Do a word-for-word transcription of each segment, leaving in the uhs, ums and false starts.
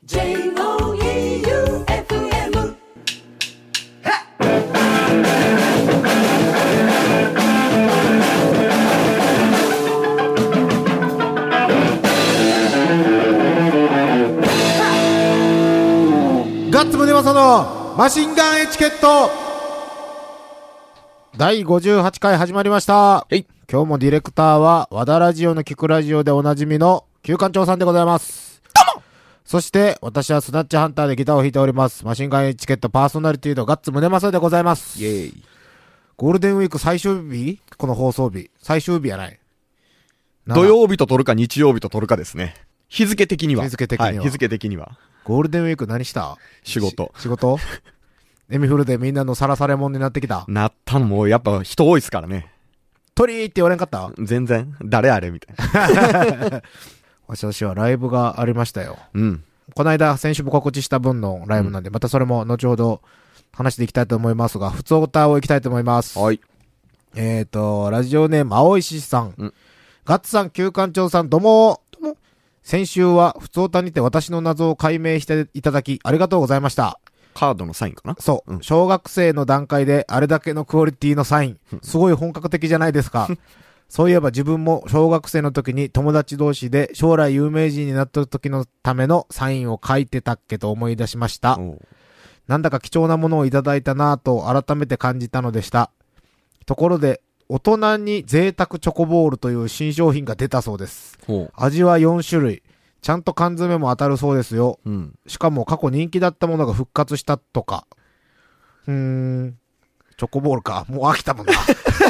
ジェイオーイーユーエフエムガッツムネマソのマシンガンエチケットだいごじゅうはちかい始まりました。今日もディレクターは和田ラジオの聞くラジオでおなじみの旧館長さんでございます。どうも。そして私はスナッチハンターでギターを弾いておりますマシンガンエチケットパーソナリティのガッツムネマソでございます。 イエーイ。 ゴールデンウィーク最終日、この放送日最終日やない、 土曜日と取るか日曜日と取るかですね。日付的には日付的には、 はい、日付的にはゴールデンウィーク何した？ 仕事仕事エミフルでみんなのさらされもんになってきた。 なったのもやっぱ人多いっすからね。 鳥って言われんかった？ 全然誰あれみたいな私はライブがありましたよ。 うん。 この間先週も告知した分のライブなんで、うん、またそれも後ほど話していきたいと思いますが、普通オタをいきたいと思います。 はい。 えーとラジオネーム青石さん、うん、ガッツさん、旧館長さん、どうもどうも。先週は普通オタにて私の謎を解明していただきありがとうございました。 カードのサインかな。 そう、 うん、 小学生の段階であれだけのクオリティのサイン、すごい本格的じゃないですかそういえば自分も小学生の時に友達同士で将来有名人になった時のためのサインを書いてたっけと思い出しました。なんだか貴重なものをいただいたなぁと改めて感じたのでした。ところで大人に贅沢チョコボールという新商品が出たそうです。味はよんしゅるい、ちゃんと缶詰も当たるそうですよ、うん、しかも過去人気だったものが復活したとか。うーん、チョコボールか、もう飽きたもんなチ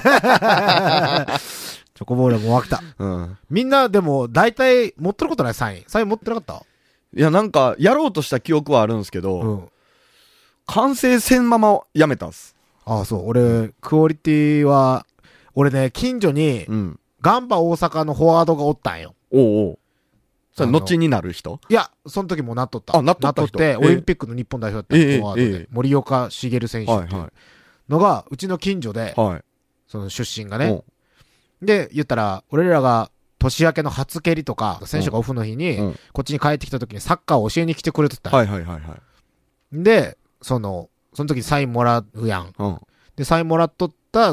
ョコボールはもう飽きた、うん、みんなでも大体持ってることない？サインサイン持ってなかった？ いや、なんかやろうとした記憶はあるんですけど、うん、完成せんままやめたんす。 ああ、そう。俺、うん、クオリティは俺ね、近所に、うん、ガンバ大阪のフォワードがおったんよ。 おうおう。それ後になる人？ いや、その時もなっとった。 あ、なっとった人。 なっとって、オリンピックの日本代表だった、えー、フォワードで、えー、森岡茂選手っていうのが、うちの近所で、はい、その出身がね。で、言ったら、俺らが年明けの初蹴りとか、選手がオフの日に、こっちに帰ってきた時にサッカーを教えに来てくれとったん。 はいはいはいはい。 で、その、その時にサインもらうやん。うん、で、サインもらっとった、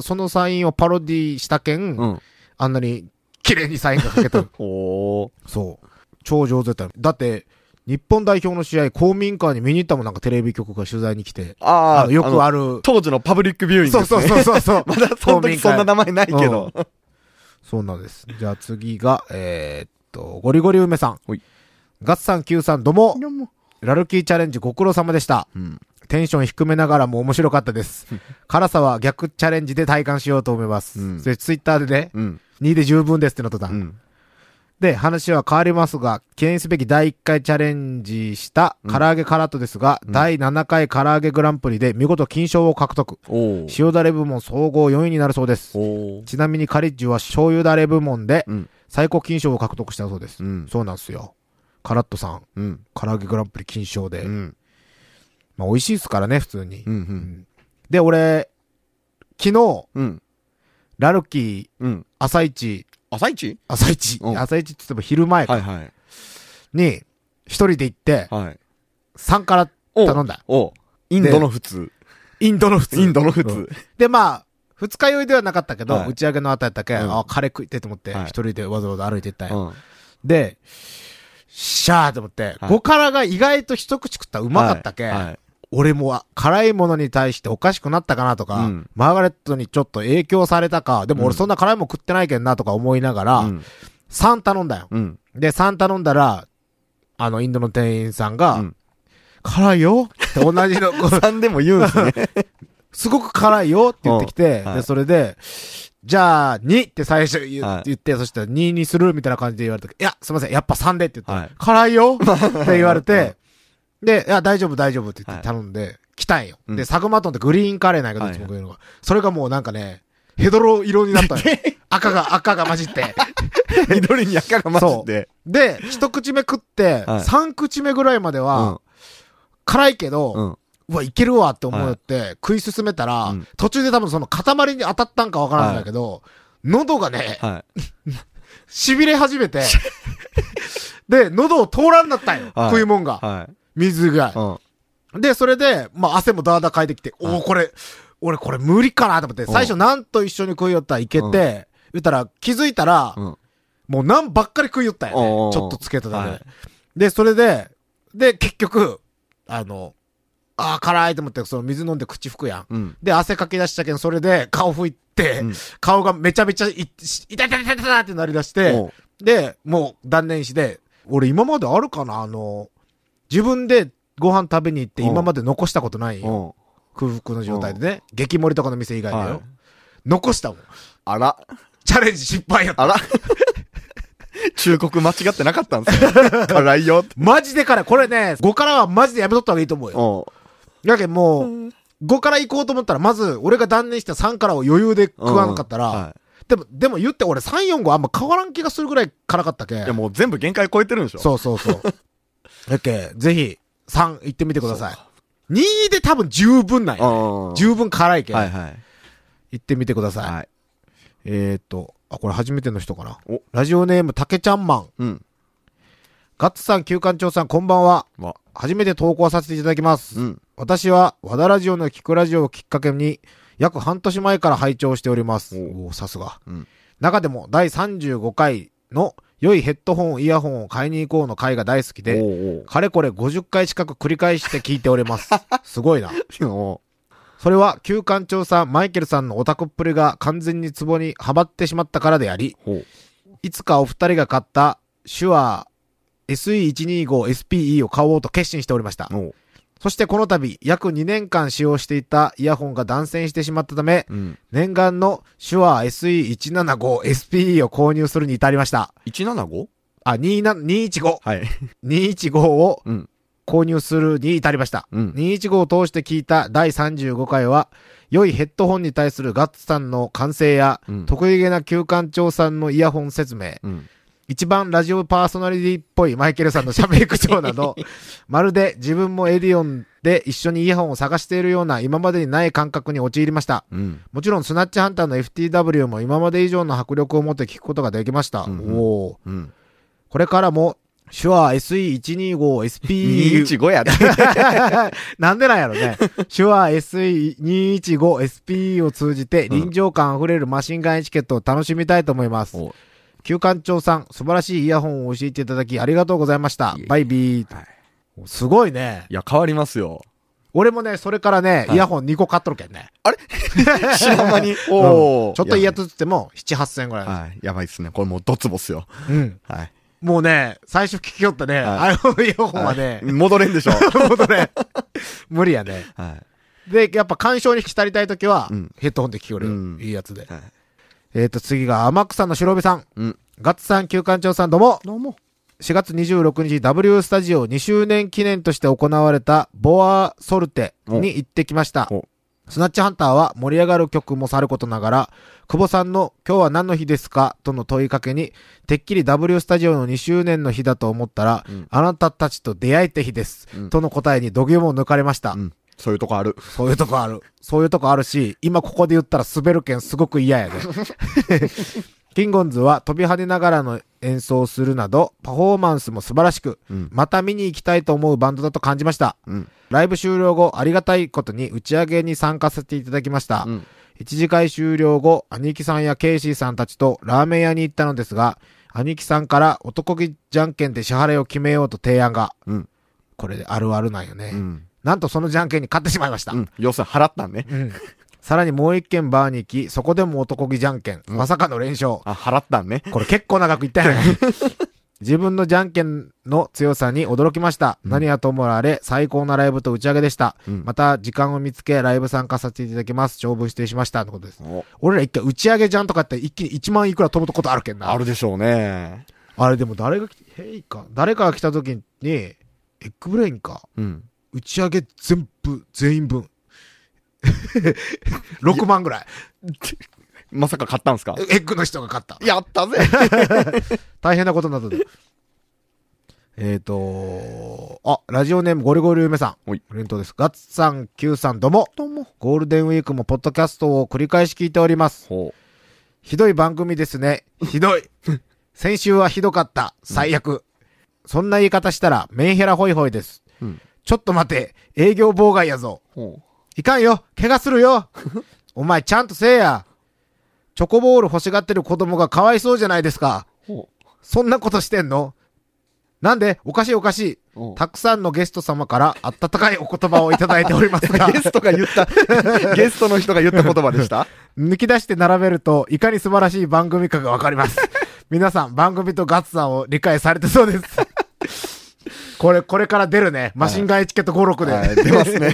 そのサインをパロディしたけん、うん、あんなに綺麗にサインが書けた。おそう。超上手だった。だって、日本代表の試合、公民館に見に行ったもん、なんかテレビ局が取材に来て。ああ、よくある。 当時のパブリックビューイングですね。 そうそうそうそう。 まだその時そんな名前ないけど。 うん、そうなんです。じゃあ次が、えー、っと、ゴリゴリ梅さん。ガッツさん、キューさん、どうも。ラルキーチャレンジご苦労様でした。うん、テンション低めながらも面白かったです。辛さは逆チャレンジで体感しようと思います。うん、それツイッターでね、うん、にで十分ですってなっとった。うんで、話は変わりますが、記念すべきだいいっかいチャレンジした唐揚げカラットですが、うん、だいななかい唐揚げグランプリで見事金賞を獲得。塩だれ部門総合よんいになるそうです。ちなみにカリッジは醤油だれ部門で最高金賞を獲得したそうです。うん、そうなんですよ。カラットさん、うん、唐揚げグランプリ金賞で。うん、まあ美味しいですからね、普通に。うんうん、で、俺、昨日、うん、ラルキー、うん、朝一、 朝一朝一、うん、朝一って言っても昼前か。はいはい。に、一人で行って、はい。さんから頼んだ。 おおインドの普通。 インドの普通。 インドの普通。うん、 で、まあ、二日酔いではなかったけど、はい、打ち上げの後やったけ、うん、あ、カレー食いてと思って、一、はい、人でわざわざ歩いて行ったんや。うん、で、シャーと思って、はい、ごからが意外と一口食ったらうまかったけ、はいはい俺も辛いものに対しておかしくなったかなとか、うん、マーガレットにちょっと影響されたか、でも俺そんな辛いもん食ってないけんなとか思いながら、うん、さん頼んだよ、うん。で、さん頼んだら、あの、インドの店員さんが、うん、辛いよって同じの。 さんでも言うんですね。 すごく辛いよって言ってきて、はい、で、それで、じゃあ、にって最初言って、はい、そしたらににするみたいな感じで言われた。いや、すいません、やっぱさんでって言って、はい、辛いよって言われて、で、いや、大丈夫、大丈夫って言って頼んで、はい、来たんよ。うん、で、サグマトンってグリーンカレーなんやけど、いつも食うのが。それがもうなんかね、ヘドロ色になったんよ。赤が、赤が混じって。 緑に赤が混じって。 で、一口目食って、はい、三口目ぐらいまでは、うん、辛いけど、うん、うわ、いけるわって思って、はい、食い進めたら、うん、途中で多分その塊に当たったんかわからんんだけど、はい、喉がね、はい痺れ始めて、で、喉を通らんなったんよ。はい、食い物が。はい。水が。うん。で、それで、まあ、汗もだーだーかいてきて、はい、おおこれ、俺これ無理かなと思って、最初なんと一緒に食いよったらいけて、うん、言ったら気づいたら、うん、もうなんばっかり食いよったよね。ちょっとつけただけで、はい。で、それで、で、結局、あの、ああ、辛いと思って、その水飲んで口拭くやん。うん、で、汗かき出したけん、それで顔拭いて、うん、顔がめちゃめちゃい、いたいたいたいたってなり出して、で、もう断念して、俺今まであるかなあの、自分でご飯食べに行って今まで残したことないよ。空腹の状態でね。激盛りとかの店以外でよ。はい、残したもん。 あら。 チャレンジ失敗やった。 あら。忠告間違ってなかったんですよ。辛いよ。 マジで辛い。これね、ごからはマジでやめとった方がいいと思うよ。だけどもう、ごから行こうと思ったら、まず、俺が断念したさんからを余裕で食わんかったら、はい、でも、でも言って俺さん、よん、ごあんま変わらん気がするぐらい辛かったけ。いやもう全部限界超えてるんでしょ。 そうそうそう。だけ、ぜひ、さん行ってみてください。にで多分十分なんや、ね。十分辛いけ。はいはい。行ってみてください。はい。えーっと、あ、これ初めての人かな。おラジオネーム、たけちゃんマン。うん。ガッツさん、旧館長さん、こんばんは。わ初めて投稿させていただきます。うん。私は、和田ラジオの聞くラジオをきっかけに、約半年前から拝聴しております。おお、さすが。うん。中でも、だいさんじゅうごかいの、良いヘッドホン、イヤホンを買いに行こうの回が大好きで、おうおうかれこれごじゅっかい近く繰り返して聞いております。すごいな。それは、旧館長さん、マイケルさんのオタクっぷりが完全にツボにはまってしまったからであり、いつかお二人が買った手話 エスイーひゃくにじゅうごエスピーイー を買おうと決心しておりました。そしてこの度、約にねんかん使用していたイヤホンが断線してしまったため、うん、念願の手話 エスイーひゃくななじゅうごエスピーイー を購入するに至りました。 ひゃくななじゅうご? あ、にひゃくじゅうご。はい。にひゃくじゅうごを購入するに至りました。うん、にひゃくじゅうごを通して聞いただいさんじゅうごかいは、良いヘッドホンに対するガッツさんの感性や、うん、得意げな旧館長さんのイヤホン説明、うん一番ラジオパーソナリティっぽいマイケルさんの喋り口調など、まるで自分もエディオンで一緒にイヤホンを探しているような今までにない感覚に陥りました。うん、もちろんスナッチハンターの エフティーダブリュー も今まで以上の迫力を持って聞くことができました。うんうん、おー、うん、これからも手話 エスイーひゃくにじゅうごエスピーイーにひゃくじゅうごやで。 なんでなんやろね。手話 エスイーにひゃくじゅうごエスピーイー を通じて臨場感あふれるマシンガンエチケットを楽しみたいと思います。旧館長さん、素晴らしいイヤホンを教えていただきありがとうございました。バイビー。はい、すごいね。 いや、変わりますよ。 俺もね、それからね、はい、イヤホンにこ買っとるけんね。 あれ知らん間に。おー、うん。ちょっといいやつっても、なな、はっせんぐらい。 はい。やばいっすね。これもうドツボっすよ。 うん。はい。もうね、最初聞きよったね、はい、iPhone イヤホンはね、 はい、戻れんでしょ。 戻れん。無理やね。はい。で、やっぱ鑑賞に浸りたいときは、うん、ヘッドホンで聞きよる、うん。いいやつで。はい、えっと、次が天草の白帯さん。うん。ガッツさん、旧館長さん、どうも。どうも。しがつにじゅうろくにち W スタジオにしゅうねん記念として行われたボアソルテに行ってきました。スナッチハンターは盛り上がる曲もさることながら、久保さんの今日は何の日ですかとの問いかけに、てっきり W スタジオのにしゅうねんの日だと思ったら、うん、あなたたちと出会えた日です、うん。との答えに度肝を抜かれました、うん。 そういうとこある。 そういうとこある。そういうとこあるし、今ここで言ったら滑るけんすごく嫌やで。キンゴンズは飛び跳ねながらの演奏をするなど、パフォーマンスも素晴らしく、うん、また見に行きたいと思うバンドだと感じました。うん、ライブ終了後、ありがたいことに打ち上げに参加させていただきました。うん、一次会終了後、兄貴さんやケイシーさんたちとラーメン屋に行ったのですが、兄貴さんから男気じゃんけんで支払いを決めようと提案が。うん、これであるあるなんよね。うん、なんとそのじゃんけんに勝ってしまいました。うん、 要するに払ったんね。うんさらにもう一軒バーに行き、そこでも男気じゃんけん。まさかの連勝。 あ、払ったんね。 これ結構長く言ったよね。自分のじゃんけんの強さに驚きました。うん、何はともあれ、最高なライブと打ち上げでした。うん、また、時間を見つけ、ライブ参加させていただきます。長文指定しました。ということです。俺ら一回打ち上げじゃんとかって一気にいちまんいくら飛ぶことあるけんな。 あるでしょうね。 あれでも誰が来て、へいか。誰かが来た時に、エッグブレインか。うん、打ち上げ全部、全員分。ろくまんぐらい。 まさか買ったんすか？ エッグの人が買った。 やったぜ大変なことになったで。えっと、あ、ラジオネームゴリゴリ梅さん。おい。連投です。ガッツさん、Q さん、どうも。どうも。ゴールデンウィークもポッドキャストを繰り返し聞いております。ほう。ひどい番組ですね。ひどい。 先週はひどかった。最悪。うん、そんな言い方したら、メンヘラホイホイです。うん、ちょっと待て、営業妨害やぞ。いかんよ、怪我するよ。お前ちゃんとせえや。チョコボール欲しがってる子供がかわいそうじゃないですか。そんなことしてんの？なんで？おかしいおかしい。たくさんのゲスト様から温かいお言葉をいただいておりますが。 ゲストが言った、ゲストの人が言った言葉でした抜き出して並べると、いかに素晴らしい番組かがわかります。皆さん、番組とガッツさんを理解されてそうです。これ、これから出るね。マシンガンエチケットごじゅうろくで。 はい、出ますね。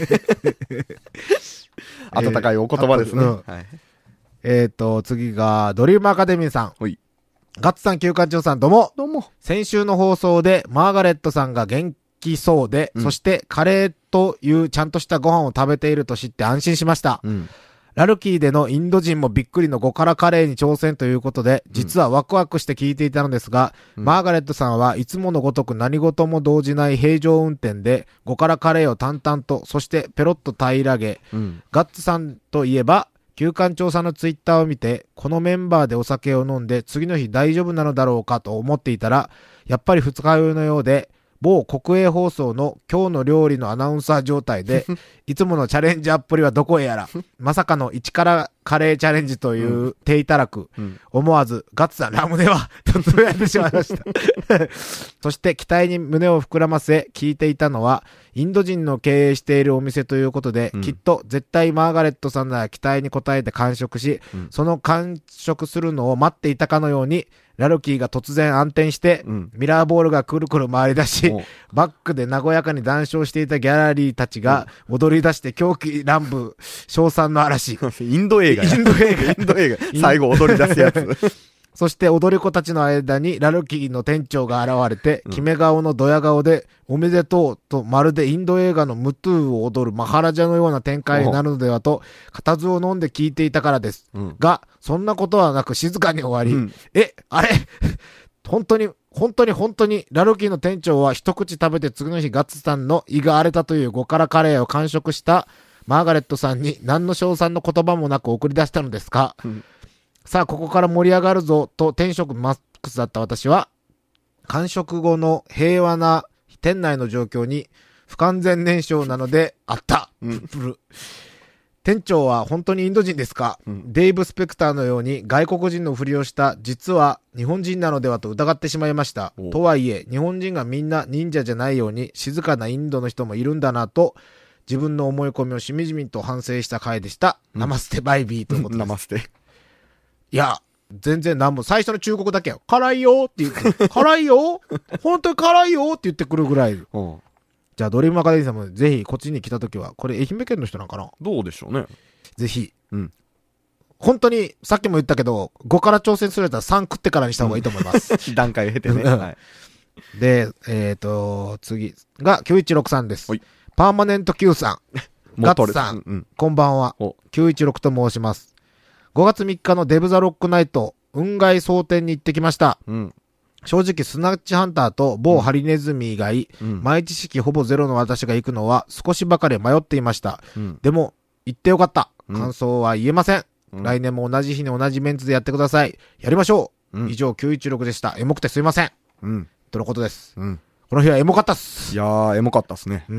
温かいお言葉ですね。えーうんはい、 えーと、次が、ドリームアカデミーさん。はいガッツさん、休館長さん、どうも。 どうも。 先週の放送で、マーガレットさんが元気そうで、うん、そして、カレーというちゃんとしたご飯を食べていると知って安心しました。うん、ラルキーでのインド人もびっくりのご辛カレーに挑戦ということで、実はワクワクして聞いていたのですが、うん、マーガレットさんはいつものごとく何事も動じない平常運転で、ご辛カレーを淡々と、そしてペロッと平らげ、うん、ガッツさんといえば、旧館長さんのツイッターを見て、このメンバーでお酒を飲んで次の日大丈夫なのだろうかと思っていたら、やっぱり二日酔いのようで、某国営放送の今日の料理のアナウンサー状態で、いつものチャレンジアップリはどこへやら、まさかの一からカレーチャレンジという手いたらく、うん、思わずガッツさんラムネはとつぶやいてしまいました。そして期待に胸を膨らませ聞いていたのは、インド人の経営しているお店ということで、うん、きっと絶対マーガレットさんなら期待に応えて完食し、うん、その完食するのを待っていたかのように、ラルキーが突然暗転して、うん、ミラーボールがくるくる回り出し、バックで和やかに談笑していたギャラリーたちが踊り出して狂気乱舞、称賛の嵐。 インド映画インド映画。 インド映画。最後踊り出すやつ。 そして踊り子たちの間にラルキーの店長が現れて、決め顔のドヤ顔で、おめでとうとまるでインド映画のムトゥーを踊るマハラジャのような展開になるのではと、固唾を飲んで聞いていたからです。うん、が、そんなことはなく静かに終わり、うん、え、あれ本当に、本当に本当に、ラルキーの店長は一口食べて次の日ガッツさんの胃が荒れたというご辛カレーを完食したマーガレットさんに何の称賛の言葉もなく送り出したのですか、うんさあ、ここから盛り上がるぞ、とテンションマックスだった私は、完食後の平和な店内の状況に不完全燃焼なのであった。うん、店長は本当にインド人ですか、うん、デイブ・スペクターのように外国人のふりをした実は日本人なのではと疑ってしまいました。とはいえ、日本人がみんな忍者じゃないように静かなインドの人もいるんだなと、自分の思い込みをしみじみと反省した回でした。うん、ナマステバイビーということです。 ナマステ。 いや、全然なんも、最初の中国だけよ。辛いよって言って、辛いよ本当に辛いよって言ってくるぐらい。うん、じゃあ、ドリームアカデミーさんもぜひこっちに来たときは、これ愛媛県の人なんかなどうでしょうね。 ぜひ。うん。本当に、さっきも言ったけど、ごから挑戦するやったらさん食ってからにした方がいいと思います。 うん、段階を経てね。はい、 で、えっ、ー、と、次がきゅういちろくさんです。パーマネント Q さん。ガッツさん、うん、こんばんは。きゅういちろくと申します。ごがつみっかのデブザロックナイト、雲外蒼天に行ってきました。うん、正直、スナッチハンターと某ハリネズミ以外、うん、前知識ほぼゼロの私が行くのは少しばかり迷っていました。うん、でも、行ってよかった。感想は言えません。うん、来年も同じ日に同じメンツでやってください。やりましょう。うん、以上、きゅういちろくでした。エモくてすいません。うん。とのことです。うん。この日はエモかったっす。 いやー、エモかったっすね。 うん。うん、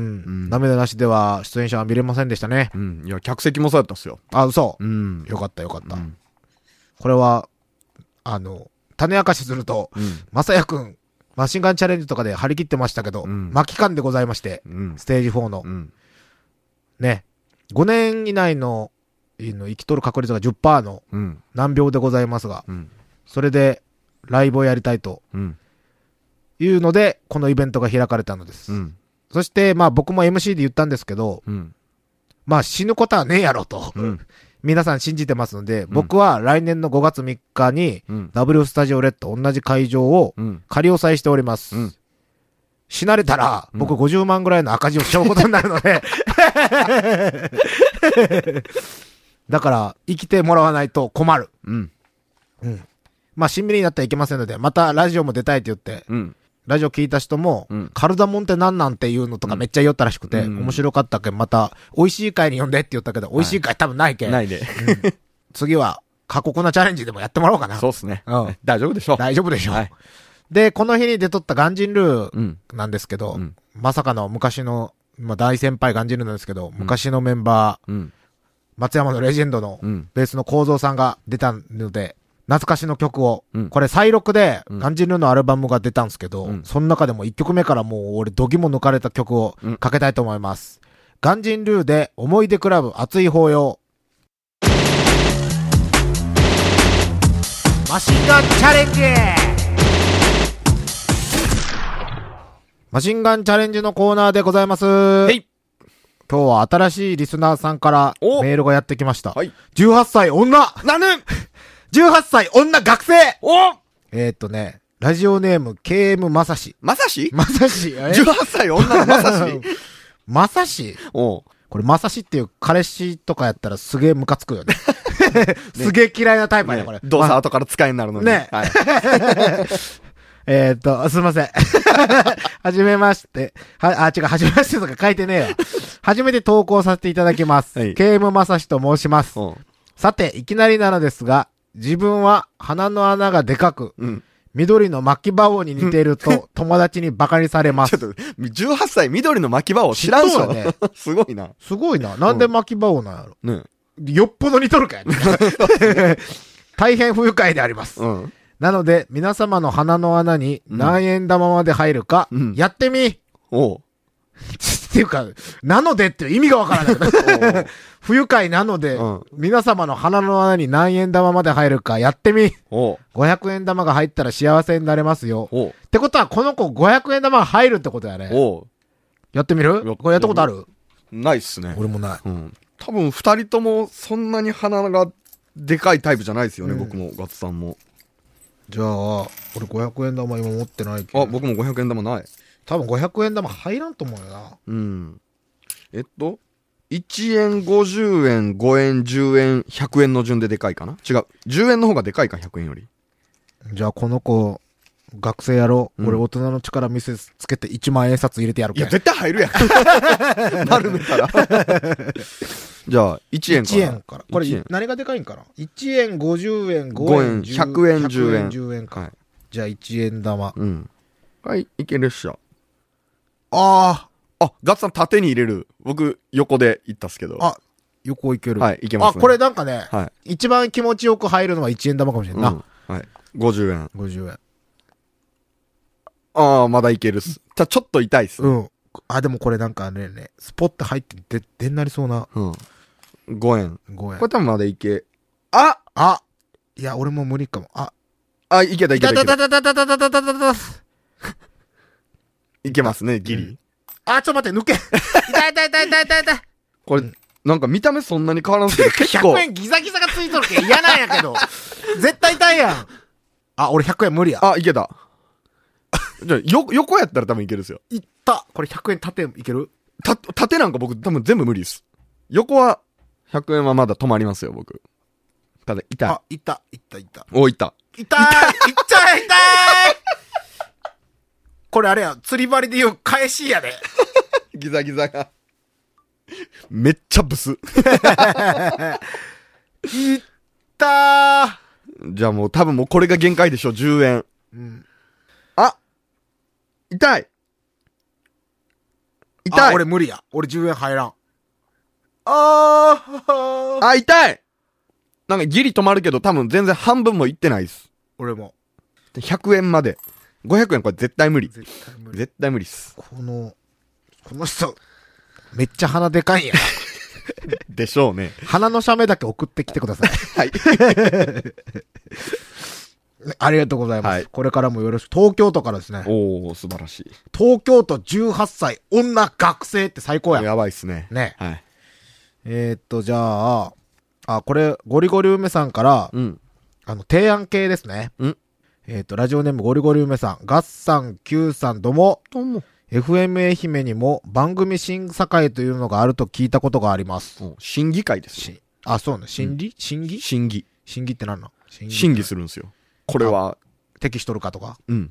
涙なしでは出演者は見れませんでしたね。 うん。いや、客席もそうやったっすよ。 あ、嘘。うん。よかったよかった。うんこれは、あの、種明かしすると、うん、まさやくん、マシンガンチャレンジとかで張り切ってましたけど、うん、巻き感でございまして、うん、ステージフォーの、うん。ね、ごねん以内の、生きとる確率が じゅっパーセント の難病でございますが、うん、それでライブをやりたいと、いうので、このイベントが開かれたのです。うん、そして、まあ僕も エムシー で言ったんですけど、うん、まあ死ぬことはねえやろと。うん皆さん信じてますので、うん、僕は来年のごがつみっかに、うん、W スタジオレッド同じ会場を仮押さえしております。うん、死なれたら、僕ごじゅうまんぐらいの赤字をしちゃうことになるので、だから、生きてもらわないと困る。うん。うん。まあ、しんみりになったらいけませんので、またラジオも出たいって言って、うん、ラジオ聞いた人も、うん、カルダモンって何なんていうのとかめっちゃ言ったらしくて、うん、面白かったけん、また、美味しい会に呼んでって言ったけど、美味しい会多分ないけん。 ないで。 うん、次は、 過酷なチャレンジでもやってもらおうかな。 そうっすね。 うん。 大丈夫でしょう。 大丈夫でしょう。 はい。 で、この日に出とったガンジンルうん。 ーなんですけど、 うん。 まさかの昔の、まあ、大先輩ガンジンルーなんですけど、昔のメンバー、 うん。 松山のレジェンドのうん。 ベースの構造さんが出たので、懐かしの曲を、 うん。 これ再録でうんガンジンルーのアルバムが出たんですけど、 うん。 その中でもいっきょくめからもう俺度肝抜かれた曲をかけたいと思います。ガンジンルーで思い出クラブ熱い抱擁。マシンガンチャレンジマシンガンチャレンジのコーナーでございます。 はい。 今日は新しいリスナーさんからメールがやってきました。 はい。 じゅうはっさい女なぬじゅうはっさい女学生おえーっとね、ラジオネーム ケーエム まさし。 まさしまさしえ ?じゅうはっさい女のまさしまさしおう。 これまさしっていう彼氏とかやったらすげえムカつくよね。すげえ嫌いなタイプやね、これ。 どうせ後から使いになるのに。 ね。 はい。 えっと、すいません。はじめまして。は、あ、違う、はじめましてとか書いてねえわ。初めて投稿させていただきます。はい、ケーエム まさしと申します。さて、いきなりなのですが、自分は鼻の穴がでかく、うん、緑の巻き場王に似ていると友達にバカにされます。 ちょっと、じゅうはっさい緑の巻き場王知らんしょね。すごいな。 すごいな。なんで巻き場王なんやろ。 ね。 よっぽど似とるかやね。大変不愉快であります。うん、なので、皆様の鼻の穴に何円玉まで入るか、うん、やってみ。 おう。 っていうか、なのでって意味がわからない。不愉快なので、うん、皆様の鼻の穴に何円玉まで入るかやってみ。ごひゃくえん玉が入ったら幸せになれますよ。ってことは、この子ごひゃくえん玉が入るってことやね。やってみる？これやったことある？ ないっすね。 俺もない。 うん、多分二人ともそんなに鼻がでかいタイプじゃないですよね、うん、僕もガッツさんも。 じゃあ、俺ごひゃくえん玉今持ってないけど。 あ、僕もごひゃくえん玉ない。 多分ごひゃくえん玉入らんと思うよな。 うん。えっと、いちえん、ごじゅうえん、ごえん、じゅうえん、ひゃくえんの順ででかいかな？違う。じゅうえんの方がでかいか、ひゃくえんより。 じゃあこの子、学生やろう、うん、俺大人の力見せつけていちまん円札入れてやるけ。 いや、絶対入るやん。丸めたら。じゃあ、いちえんから。 いちえんから。これ、何がでかいんかな？ いち 円、ごじゅうえん、ごえん、 ひゃくえん、じゅうえん。 じゅうえんか。はい、じゃあいちえん玉。 うん。はい、いけるっしょ。 ああ。あ、ガッツさん縦に入れる。僕、横で行ったっすけど。 あ、横いける。 はい、いけますね。 あ、これなんかね、 はい、 一番気持ちよく入るのはいちえん玉かもしれんな。うん、 はい。ごじゅうえん。 ごじゅうえん。 ああ、まだいけるっす。た、ちょっと痛いっす。 うん。あ、でもこれなんかね、ねスポッて入ってで、でんなりそうな。 うん。ごえん。 ごえん。 これ多分まだいけ。ああいや、俺も無理かも。ああ、いけたいけたいけた。 いたたたたたたたたたたたいけますね、ギリ。うん、 あ、ちょっと待って、抜け痛い痛い痛い痛い痛い痛い。 これ、うん、なんか見た目そんなに変わらんすけど、結構。 ひゃくえんギザギザがついとるけ嫌なんやけど。絶対痛いやん。あ、俺ひゃくえん無理や。 あ、いけた。じゃあ、よ、横やったら多分いけるっすよ。 いった。これひゃくえん縦いける？ た、縦なんか僕多分全部無理っす。横は、ひゃくえんはまだ止まりますよ、僕。ただ、痛い。 あ、いった、いった、いった。 お、いった。 痛い痛い痛い痛いこれあれや、釣り針で言う返しやで。 ギザギザが。めっちゃブス。いったー。 じゃあもう多分もうこれが限界でしょ、じゅうえん。うん。あ痛い痛い。 あ、俺無理や。俺じゅうえん入らん。あー。 あ、痛い。なんかギリ止まるけど多分全然半分もいってないです。 俺も。 ひゃくえんまで。ごひゃくえんこれ絶対無理。絶対無理。絶対無理っす。 この、この人、めっちゃ鼻でかいんや。 でしょうね。 鼻の写メだけ送ってきてください。はい。ありがとうございます。はい、これからもよろしく。東京都からですね。 おー、素晴らしい。 東京都じゅうはっさい、女学生って最高や。 やばいっすね。 ね。はい。えー、っと、じゃあ、あ、これ、ゴリゴリ梅さんから、うん、あの、提案系ですね。うん。えー、っと、ラジオネームゴリゴリ梅さん、ガッサン、キューさん、どうも。 どうも。 エフエム 愛媛にも番組審査会というのがあると聞いたことがあります。 審議会ですね。 あ、そうね。審理、うん、審議審議。 審議って何なの？ 審議するんですよ。これは。 適しとるかとか。 うん。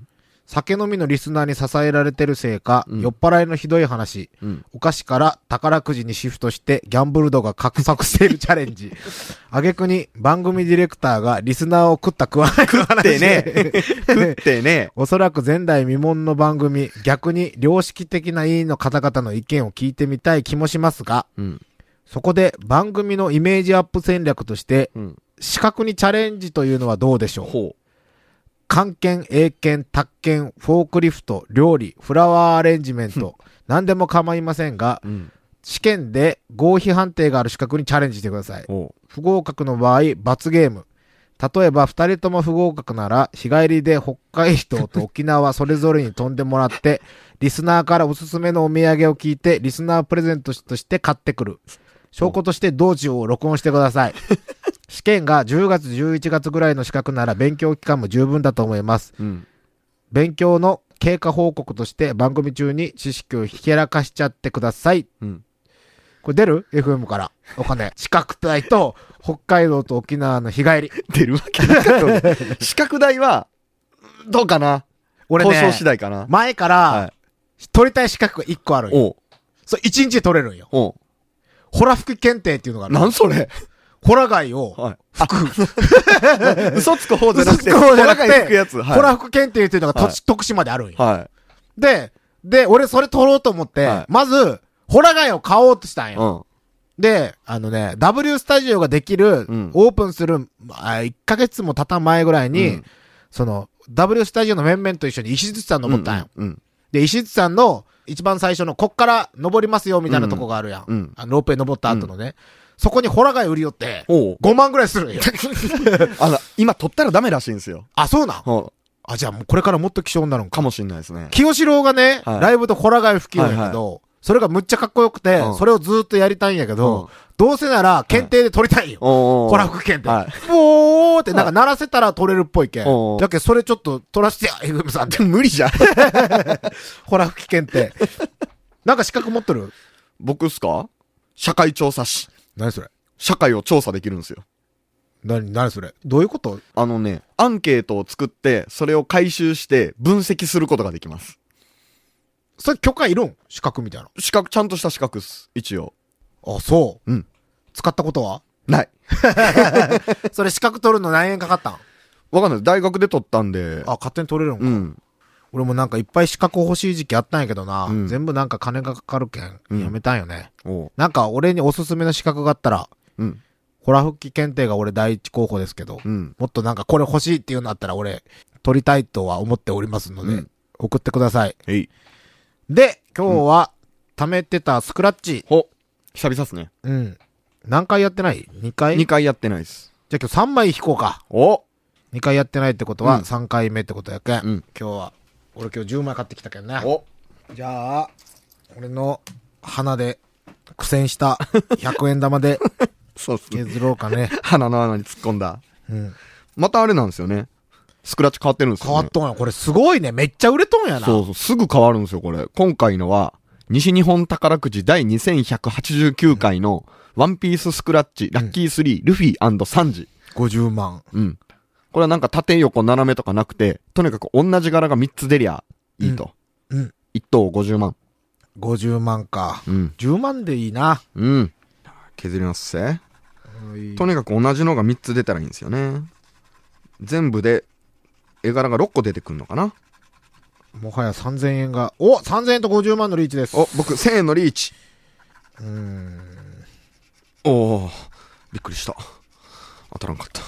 酒飲みのリスナーに支えられてるせいか、 うん酔っ払いのひどい話、 うん。 お菓子から宝くじにシフトしてギャンブル度が格差しているチャレンジ。挙句に番組ディレクターがリスナーを食った食わないの話。 食ってね。食ってね。 おそらく前代未聞の番組、逆に良識的な委員の方々の意見を聞いてみたい気もしますが、 うん。 そこで番組のイメージアップ戦略として、 うん。 視覚にチャレンジというのはどうでしょう。 ほ漢検、英検、宅検、フォークリフト、料理、フラワーアレンジメント、何でも構いませんが、 う。うん。 試験で合否判定がある資格にチャレンジしてください。 ほ不合格の場合、罰ゲーム。例えば、二人とも不合格なら、日帰りで北海道と沖縄それぞれに飛んでもらって、リスナーからおすすめのお土産を聞いて、リスナープレゼントとして買ってくる。証拠として道中を録音してください。試験がじゅうがつ、じゅういちがつぐらいの資格なら勉強期間も十分だと思います。 う。うん。 勉強の経過報告として番組中に知識をひけらかしちゃってください。 うん。 これ出る ?エフエム からお金。資格代と北海道と沖縄の日帰り。 出るわけなかったね。資格代は、どうかな。 俺ね、 交渉次第かな。 前から、 はい。 取りたい資格がいっこあるんよ。 おう。 そう、いちにちで取れるんよ。 おう。 ホラ吹き検定っていうのがある。 なんそれ。 ホラ貝を、 はい。嘘つく方じゃなくて、 嘘つく方じゃなくてホラ貝吹くやつ。はい。 ホラ吹き検定っていうのがとはいち徳島であるんよ。 はで、で、俺それ取ろうと思って、 はいまず、ホラ貝を買おうとしたんい。 よ。 うん。 で、あのね、W スタジオができる、 んオープンする、あいっかげつも経たん前ぐらいに、 うんその、W スタジオの面々と一緒に石津さん登ったんよ。 うん。 で、石津さんの一番最初の、こっから登りますよみたいなとこがあるやん。 うん。 あのロープウェイ登った後のね。そこにホラ貝売り寄って、 おう。 ごまんぐらいするんよ。 あの、今取ったらダメらしいんですよ。 あ、そうなんほあ、じゃあもうこれからもっと希少になるんか。 かもしんないですね。 清志郎がね、 はいライブとホラ貝吹きるんやけど、それがむっちゃかっこよくて、 うんそれをずーっとやりたいんやけど、 うんどうせなら検定で取りたいよ。 おう。 ホラ吹き検定。 はい。 おーってなんか鳴らせたら取れるっぽいけん。 おうだけどそれちょっと取らせてや、エグムさんって。 無理じゃん。 ホラ吹き検定。なんか資格持ってる僕っすか社会調査士。 何それ社会を調査できるんですよ。 何、何それどういうこと？ あのね、アンケートを作って、それを回収して分析することができます。 それ許可いるん資格みたいな。 資格、ちゃんとした資格っす。一応。 あ、そう。 うん。 使ったことはない。 それ資格取るの何円かかったんわかんない。大学で取ったんで。 あ、勝手に取れるんか。 うん。 俺もなんかいっぱい資格欲しい時期あったんやけどな。 うん全部なんか金がかかるけん。 うんやめたんよね。 おう。 なんか俺におすすめの資格があったら、 うん。 ホラ吹き検定が俺第一候補ですけど、 うん。 もっとなんかこれ欲しいっていうのあったら俺、取りたいとは思っておりますので、 うん送ってください。 えい。 で、今日は、貯めてたスクラッチ。 ほ。久々っすね。 うん。何回やってない ?に 回にかいやってないっす。 じゃあ今日さんまい引こうか。 おにかいやってないってことうんはさんかいめってことやけん。 うん今日は、俺今日じゅうまい買ってきたけんね。 おじゃあ、俺の鼻で苦戦したひゃくえん玉でそうっすね。 削ろうかね。 鼻の穴に突っ込んだ。 うん。 またあれなんですよね。スクラッチ変わってるんですよね。 変わっとんや。これすごいね。めっちゃ売れとんやな。 そうそう、すぐ変わるんですよ、これ。今回のは、西日本宝くじ第にせんひゃくはちじゅうきゅうかいの、ワンピーススクラッチ、ラッキースリー、ルフィサンジ。 ごじゅうまん。 うん。これはなんか縦横斜めとかなくて、とにかく同じ柄がみっつ出りゃいいと。 うんうんいっ等ごじゅうまん。 ごじゅうまんか。 うん。 じゅうまんでいいな。 うん。削りますせ。とにかく同じのがみっつ出たらいいんですよね。全部で、絵柄がろっこ出てくるのかな。 もはやさんぜんえんが、お !さんぜんえんとごじゅうまんのリーチです。 お、僕せんえんのリーチ。 うーん。 おー、びっくりした。当たらんかった。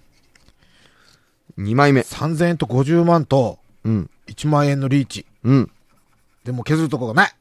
にまいめ。 さんぜんえんとごじゅうまんと、 うん。 いちまんえんのリーチ。 うん。 でも削るとこがない。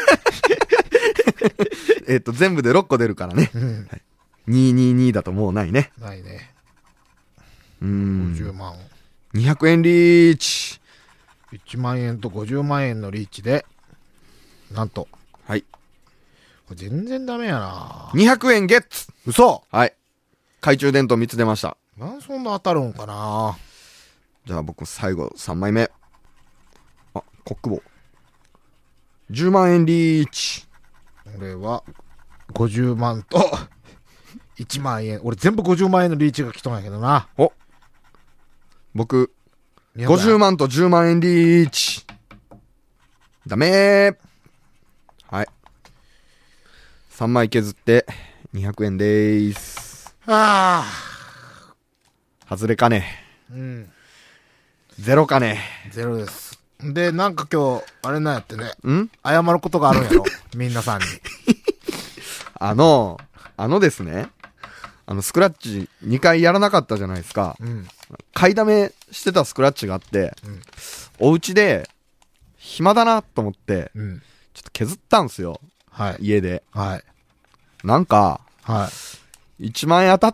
えっと、全部でろっこ出るからね。 うん。 にひゃくにじゅうにだともうないね。 ないね。 うー。 ごじゅうんまん。 にひゃくえんリーチ。 いちまんえんとごじゅうまんえんのリーチで、なんと。 はい。 これ全然ダメやな。 にひゃくえんゲッツ。 嘘はい。懐中電灯みっつ出ました。 なんそんな当たるんかな。 じゃあ僕最後さんまいめ。あ、コック棒。じゅうまんえんリーチ。 俺は、ごじゅうまんと、いちまんえん。俺全部ごじゅうまんえんのリーチが来とんやけどな。 お僕、 ごじゅうまんとじゅうまん円リーチ。ダメー。はい。さんまい削ってにひゃくえんでーす。 ああ。外れかね。 うん。 ゼロかね。 ゼロです。で、なんか今日、あれなんやってね。 ん謝ることがあるんやろみんなさんに。 あの、あのですね。あの、スクラッチにかいやらなかったじゃないですか。 うん。 買いだめしてたスクラッチがあって、うん、お家で、暇だなと思って、うん、ちょっと削ったんすよ。はい。家で。はい。なんか、はい。いちまん円当たって。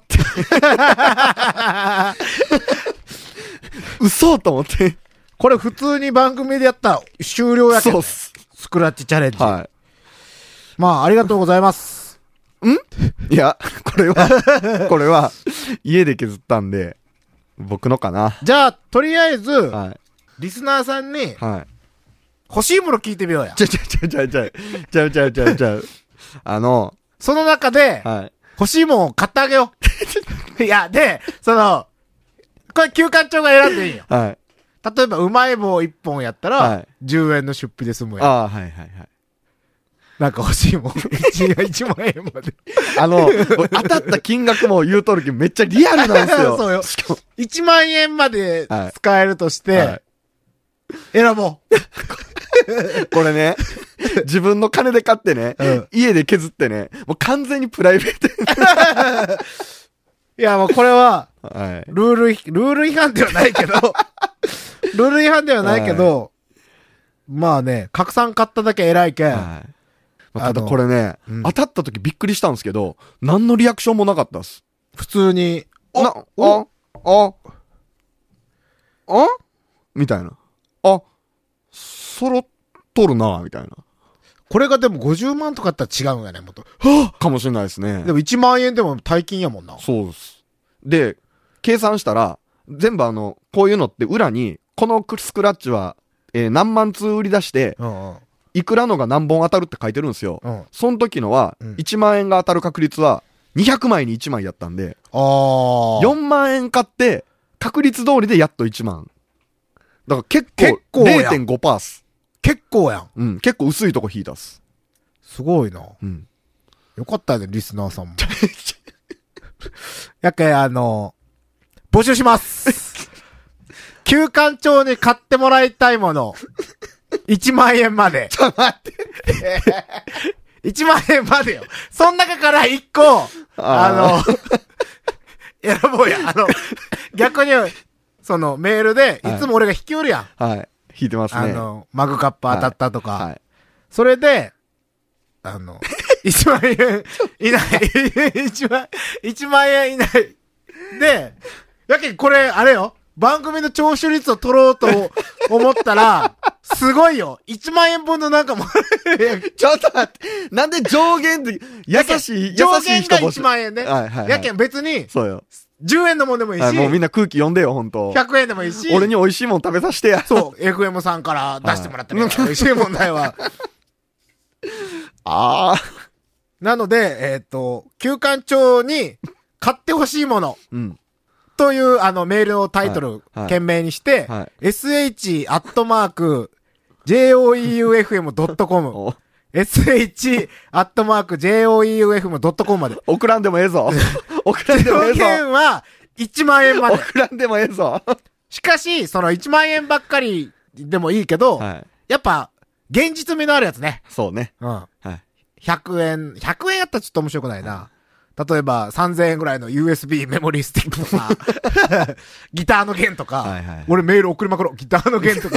嘘と思って。 これ普通に番組でやった終了やけど、ね。そうっす。スクラッチチャレンジ。はい。まあ、ありがとうございます。 んいや、これは、これは、家で削ったんで、僕のかな。 じゃあ、とりあえず、はい、リスナーさんに、はい、欲しいもの聞いてみようや。 ちゃちゃちゃちゃちゃ、ちゃうちゃうちゃうちゃう。あの、 その中で、はい、欲しいもんを買ってあげよう。いや、で、その、これ休館長が選んでいいよ。はい。例えば、うまい棒いっぽんやったら、はい、じゅうえんの出費で済むやん。 ああ、はいはいはい。 なんか欲しいもん。いちまん円まで。 あの、当たった金額も言うとるけどめっちゃリアルなんですよ。 そうよ。いちまん円まで使えるとして、はいはい、選ぼう。これね、自分の金で買ってね、うん、家で削ってね、もう完全にプライベート。 いや、もうこれは、はい、ルール、ルール違反ではないけど、ルール違反ではないけど、はい、まあね、拡散買っただけ偉いけん。はいただこれね、うん、当たった時びっくりしたんですけど、何のリアクションもなかったです。 普通に、 な、あ、あ、あみたいな。あ、揃っとるな、みたいな。 これがでもごじゅうまんとかだったら違うんやね、もっと。 はぁかもしれないですね。 でもいちまん円でも大金やもんな。 そうです。で、計算したら、全部あの、こういうのって裏に、このスクラッチは、えー、何万通売り出して、うんうんいくらのが何本当たるって書いてるんですよ。うん、その時のは、いちまん円が当たる確率は、にひゃくまいにいちまいやったんで、あよんまん円買って、確率通りでやっといちまん。だから結構、れいてんごパーセント っす。 結構やん。 うん、結構薄いとこ引いたっす。 すごいな。うん。よかったよね、リスナーさんも。やっけ、あの、募集します。休館長に買ってもらいたいもの。いちまん円まで。 ちょっと待って。 いちまん円までよ。その中からいっこ、あの、選ぼうや。あの、逆に、そのメールで、いつも俺が引き売るやん。はい。引いてますね。 あの、マグカップ当たったとか。はい。はい、それで、あの、いちまん円以内、いちまん、いちまん円以内で、やけんこれ、あれよ。番組の聴取率を取ろうと思ったら、すごいよ。いちまん円分のなんかもちょっと待って。なんで上限って、優しい、優しい人上限がいちまん円ね。 はいはい、はい。 やけん別に、 そうよ。 じゅうえんのもんでもいいし。 はい、もうみんな空気読んでよ、ほんと。 ひゃくえんでもいいし。 俺に美味しいもん食べさせてや。 そう。エフエム さんから出してもらったら、美味しい問題は。 ああ。 なので、えっと、休館長に買ってほしいもの。うん。という、あの、メールのタイトル、はいはい、懸命にして、はい、エスエイチ アットマーク、ジェイオーイーユーエフエムドットコム、エスエイチ アットマーク、ジェイオーイーユーエフエムドットコム まで。 送らんでもええぞ。送らんでもええぞ。 条件はいちまん円まで。 送らんでもええぞ。 しかし、そのいちまん円ばっかりでもいいけど、はい、やっぱ、現実味のあるやつね。 そうね。 うん。はい。ひゃくえん、ひゃくえんやったらちょっと面白くないな。例えば、さんぜんえんぐらいの ユーエスビー メモリースティックとか、ギターの弦とか、はいはい、俺メール送りまくろう。ギターの弦とか。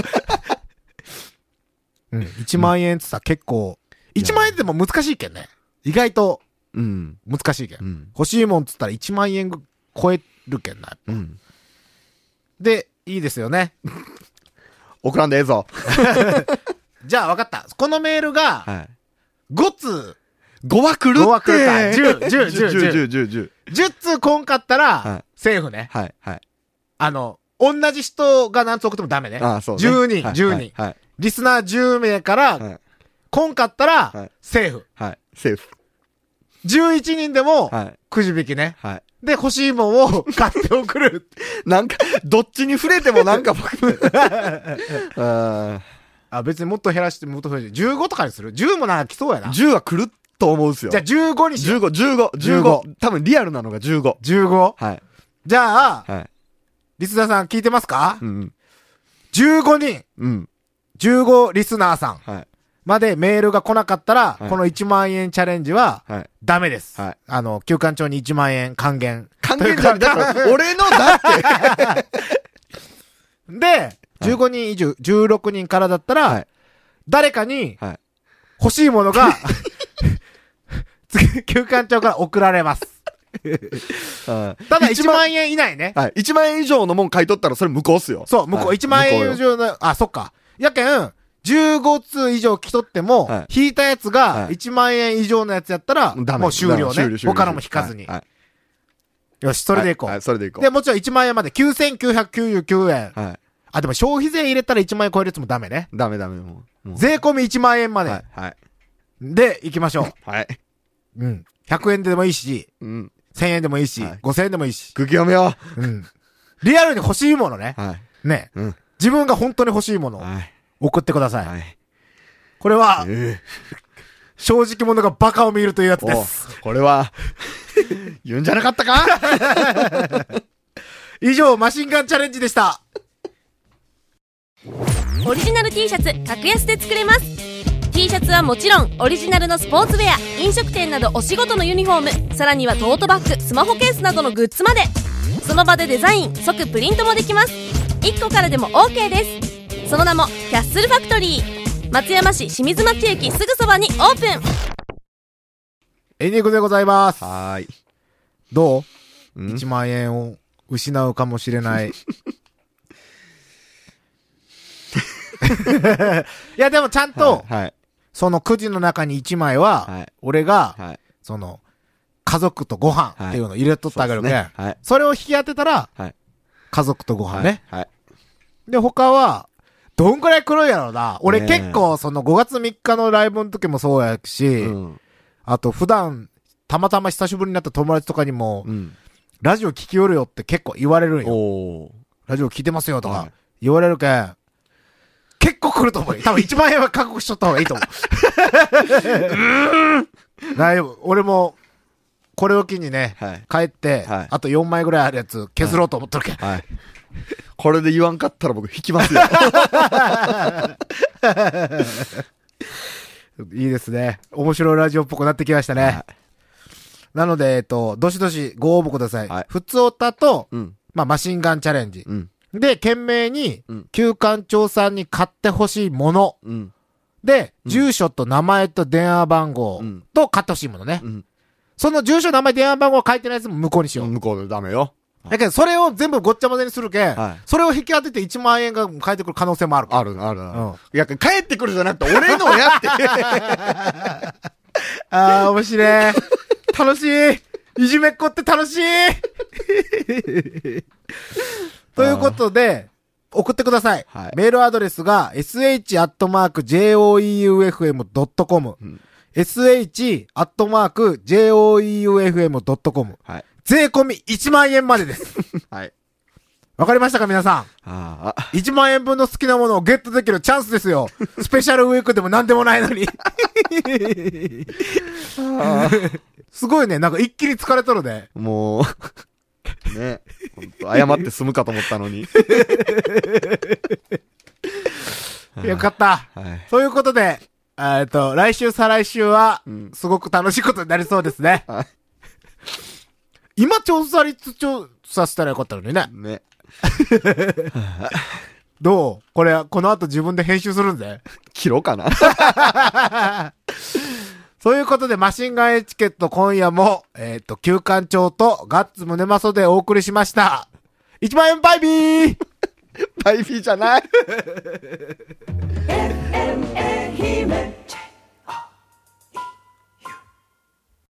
うん。いちまん円ってさ、結構、いちまん円でも難しいけんね。意外と、うん。難しいけん。うん、欲しいもんっつったらいちまん円超えるけんな。うん。で、いいですよね。 送らんでええぞ。 じゃあ分かった。このメールが、はい、ごつ、 ごは来るって。ごは来るか。 じゅう、じゅう、じゅう、じゅう、 じゅう、じゅう、じゅう。 じゅっ通こんかったら、はい、セーフね。 はい、はい。 あの、同じ人が何つ送ってもダメね。 ああ、そうね。 じゅうにん、じゅうにん。はい。リスナーじゅうめいから、はい、こんかったら、はい、セーフ。 はい、セーフ。 じゅういちにんでも、はい、くじ引きね。 はい。 で、欲しいもんを買って送る。 なんか、どっちに触れてもなんか僕、ああ、別にもっと減らして、もっと増やして、じゅうごとかにする ?じゅう もなんか来そうやな。 じゅうは来ると思うんすよ。 じゃあじゅうごにしよう。 じゅうご、じゅうご、じゅうご。多分リアルなのがじゅうご。 じゅうご? はい。 じゃあ、 はい。 リスナーさん聞いてますか？ うん。 じゅうごにん。 うん。 じゅうごリスナーさん。 はい。 までメールが来なかったら、 はい、 このいちまん円チャレンジは、 はい、 ダメです。 はい。 あの、休館長にいちまん円還元。 還元じゃん。だから、俺のだって。 で、じゅうごにん以上、じゅうろくにんからだったら、はい、誰かに、欲しいものが、休館長から送られます。ただいちまん円以内ね。 はい。いちまん円以上のもん買い取ったらそれ無効っすよ。 そう、向こう。はい、いちまん円以上の、あ、そっか。やけん、じゅうごつう以上来とっても、はい、引いたやつがいちまん円以上のやつやったら、はい、もう終了ね。他のも引かずに。はいはい、よし、それでいこう。 はいはい、それでいこう。 で、もちろんいちまん円まできゅうせんきゅうひゃくきゅうじゅうきゅうえん。はい、あ、でも消費税入れたらいちまん円超えるやつもダメね。 ダメダメ。もうもう税込みいちまん円まで。 はい。はい、 で、行きましょう。はい。 うん。ひゃくえんでもいいし、 うん、 せんえんでもいいし、はい、ごせんえんでもいいし。 空気読めよう。うん。リアルに欲しいものね。 はい。 ね。 うん。 自分が本当に欲しいものを送ってください。はい。これは、えー、正直者がバカを見るというやつです。 これは、言うんじゃなかったか以上、マシンガンチャレンジでした。 オリジナル T シャツ、格安で作れます。T シャツはもちろん、オリジナルのスポーツウェア、飲食店などお仕事のユニフォーム、さらにはトートバッグ、スマホケースなどのグッズまで。その場でデザイン、即プリントもできます。いっこからでも OK です。その名も、キャッスルファクトリー。松山市清水町駅すぐそばにオープン。 エンディングでございます。 はーい。 どう ?いち 万円を失うかもしれない。いやでもちゃんと、はいはい、そのくじの中にいちまいは、はい、俺が、はい、その、家族とご飯っていうのを入れとってあげるけん、はいはい、それを引き当てたら、はい、家族とご飯ね。はいはい、で、他は、どんくらい黒いやろうな。俺結構、そのごがつみっかのライブの時もそうやし、うん、あと普段、たまたま久しぶりになった友達とかにも、うん、ラジオ聞きよるよって結構言われるんよ。ラジオ聞いてますよとか言われるけん、結構来ると思うよ。多分いちまん円は覚悟しとった方がいいと思う。大丈夫。俺も、これを機にね、はい、帰って、はい、あとよんまいぐらいあるやつ削ろうと思っとるけん。はいはい、 これで言わんかったら僕引きますよ。 いいですね。面白いラジオっぽくなってきましたね。はい、なので、えっと、どしどしご応募ください。はい、ふつおたと、うん、まあ、マシンガンチャレンジ。うん、で、懸命に、うん、旧館長さんに買ってほしいもの。うん、で、うん、住所と名前と電話番号と買ってほしいものね。うん、その住所、名前、電話番号書いてないやつも無効にしよう。 無効でダメよ。 だけど、それを全部ごっちゃ混ぜにするけん、はい、それを引き当てていちまん円が返ってくる可能性もある。 ある、ある、ある。うん、いや、帰ってくるじゃなくて、俺のやって。 あー、面白い。楽しい。いじめっ子って楽しい。ということで、送ってください。はい、メールアドレスが エスエイチアットマークジェイオーイーユーエフエムドットコム、うん、エスエイチアットマークジェイオーイーユーエフエムドットコム、はい、税込みいちまん円までです。はい。わかりましたか皆さん。ああ。いちまん円分の好きなものをゲットできるチャンスですよ。スペシャルウィークでも何でもないのに。すごいね。なんか一気に疲れとるね。 もう、ね。ほんと、謝って済むかと思ったのに。 よかった。はい。ということで、えっと、来週再来週は、すごく楽しいことになりそうですね。はい。今調査率調査したらよかったのにね。ね。どうこれ、この後自分で編集するんで。 切ろうかな。 そういうことで、マシンガンエチケット今夜も、えっと、旧館長とガッツムネマソでお送りしました。いちまん円バイビーバイビーじゃない